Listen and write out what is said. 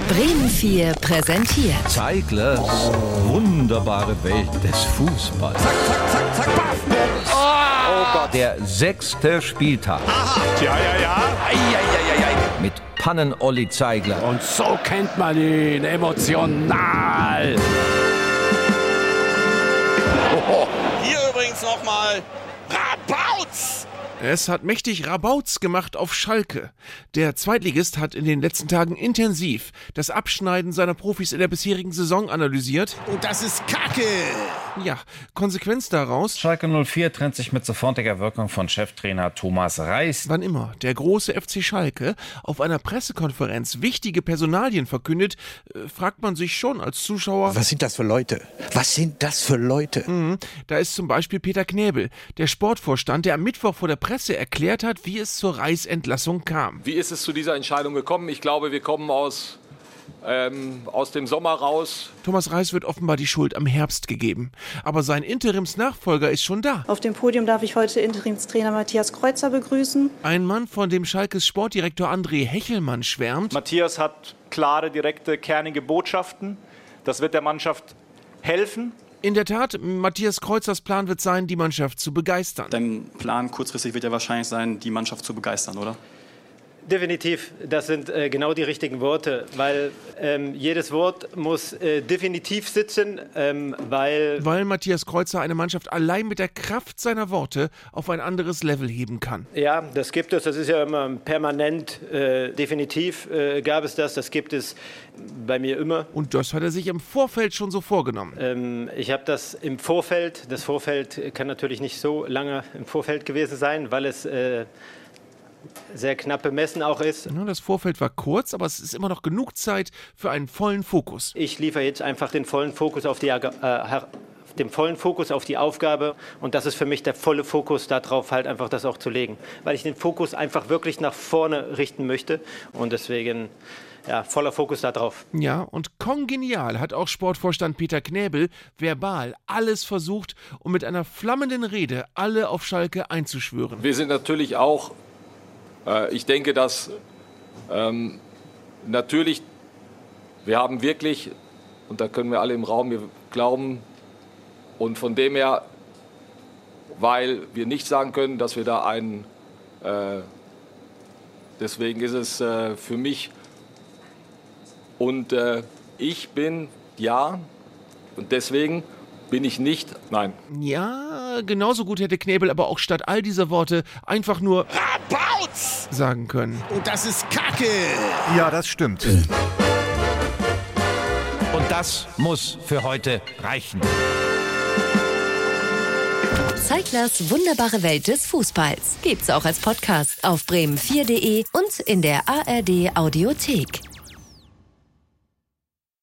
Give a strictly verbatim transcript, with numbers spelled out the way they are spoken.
Bremen vier präsentiert. Zeiglers wunderbare Welt des Fußballs. Zack, zack, zack, zack, baff. Oh Gott. Der sechste Spieltag. Aha. Ja, ja, ja. Ei, ei, ei, ei. Mit Pannen-Olli Zeigler. Und so kennt man ihn, emotional. Oho. Hier übrigens nochmal Rabauz. Es hat mächtig Rabauz gemacht auf Schalke. Der Zweitligist hat in den letzten Tagen intensiv das Abschneiden seiner Profis in der bisherigen Saison analysiert. Und das ist Kacke. Ja, Konsequenz daraus: Schalke null vier trennt sich mit sofortiger Wirkung von Cheftrainer Thomas Reis. Wann immer der große F C Schalke auf einer Pressekonferenz wichtige Personalien verkündet, äh, fragt man sich schon als Zuschauer: Was sind das für Leute? Was sind das für Leute? Mhm, da ist zum Beispiel Peter Knäbel, der Sportvorstand, der am Mittwoch vor der Presse erklärt hat, wie es zur Reis-Entlassung kam. Wie ist es zu dieser Entscheidung gekommen? Ich glaube, wir kommen aus, ähm, aus dem Sommer raus. Thomas Reis wird offenbar die Schuld am Herbst gegeben. Aber sein Interimsnachfolger ist schon da. Auf dem Podium darf ich heute Interimstrainer Matthias Kreuzer begrüßen. Ein Mann, von dem Schalkes Sportdirektor André Hechelmann schwärmt. Matthias hat klare, direkte, kernige Botschaften. Das wird der Mannschaft helfen. In der Tat, Matthias Kreuzers Plan wird sein, die Mannschaft zu begeistern. Dein Plan kurzfristig wird ja wahrscheinlich sein, die Mannschaft zu begeistern, oder? Definitiv, das sind äh, genau die richtigen Worte, weil ähm, jedes Wort muss äh, definitiv sitzen, ähm, weil... Weil Matthias Kreuzer eine Mannschaft allein mit der Kraft seiner Worte auf ein anderes Level heben kann. Ja, das gibt es, das ist ja immer permanent, äh, definitiv äh, gab es das, das gibt es bei mir immer. Und das hat er sich im Vorfeld schon so vorgenommen. Ähm, ich habe das im Vorfeld, das Vorfeld kann natürlich nicht so lange im Vorfeld gewesen sein, weil es... Äh, sehr knapp bemessen auch ist. Ja, das Vorfeld war kurz, aber es ist immer noch genug Zeit für einen vollen Fokus. Ich liefere jetzt einfach den vollen Fokus auf die, äh, den vollen Fokus auf die Aufgabe und das ist für mich der volle Fokus darauf, halt einfach das auch zu legen, weil ich den Fokus einfach wirklich nach vorne richten möchte und deswegen ja, voller Fokus da drauf. Ja, und kongenial hat auch Sportvorstand Peter Knäbel verbal alles versucht, um mit einer flammenden Rede alle auf Schalke einzuschwören. Wir sind natürlich auch Ich denke, dass ähm, natürlich, wir haben wirklich, und da können wir alle im Raum wir glauben, und von dem her, weil wir nicht sagen können, dass wir da einen, äh, deswegen ist es äh, für mich, und äh, ich bin, ja, und deswegen bin ich nicht, nein. Ja, genauso gut hätte Knäbel aber auch statt all dieser Worte einfach nur Rabauz sagen können. Und das ist Kacke. Ja, das stimmt. Und das muss für heute reichen. Zeiglers wunderbare Welt des Fußballs gibt's auch als Podcast auf bremen vier punkt de und in der A R D Audiothek.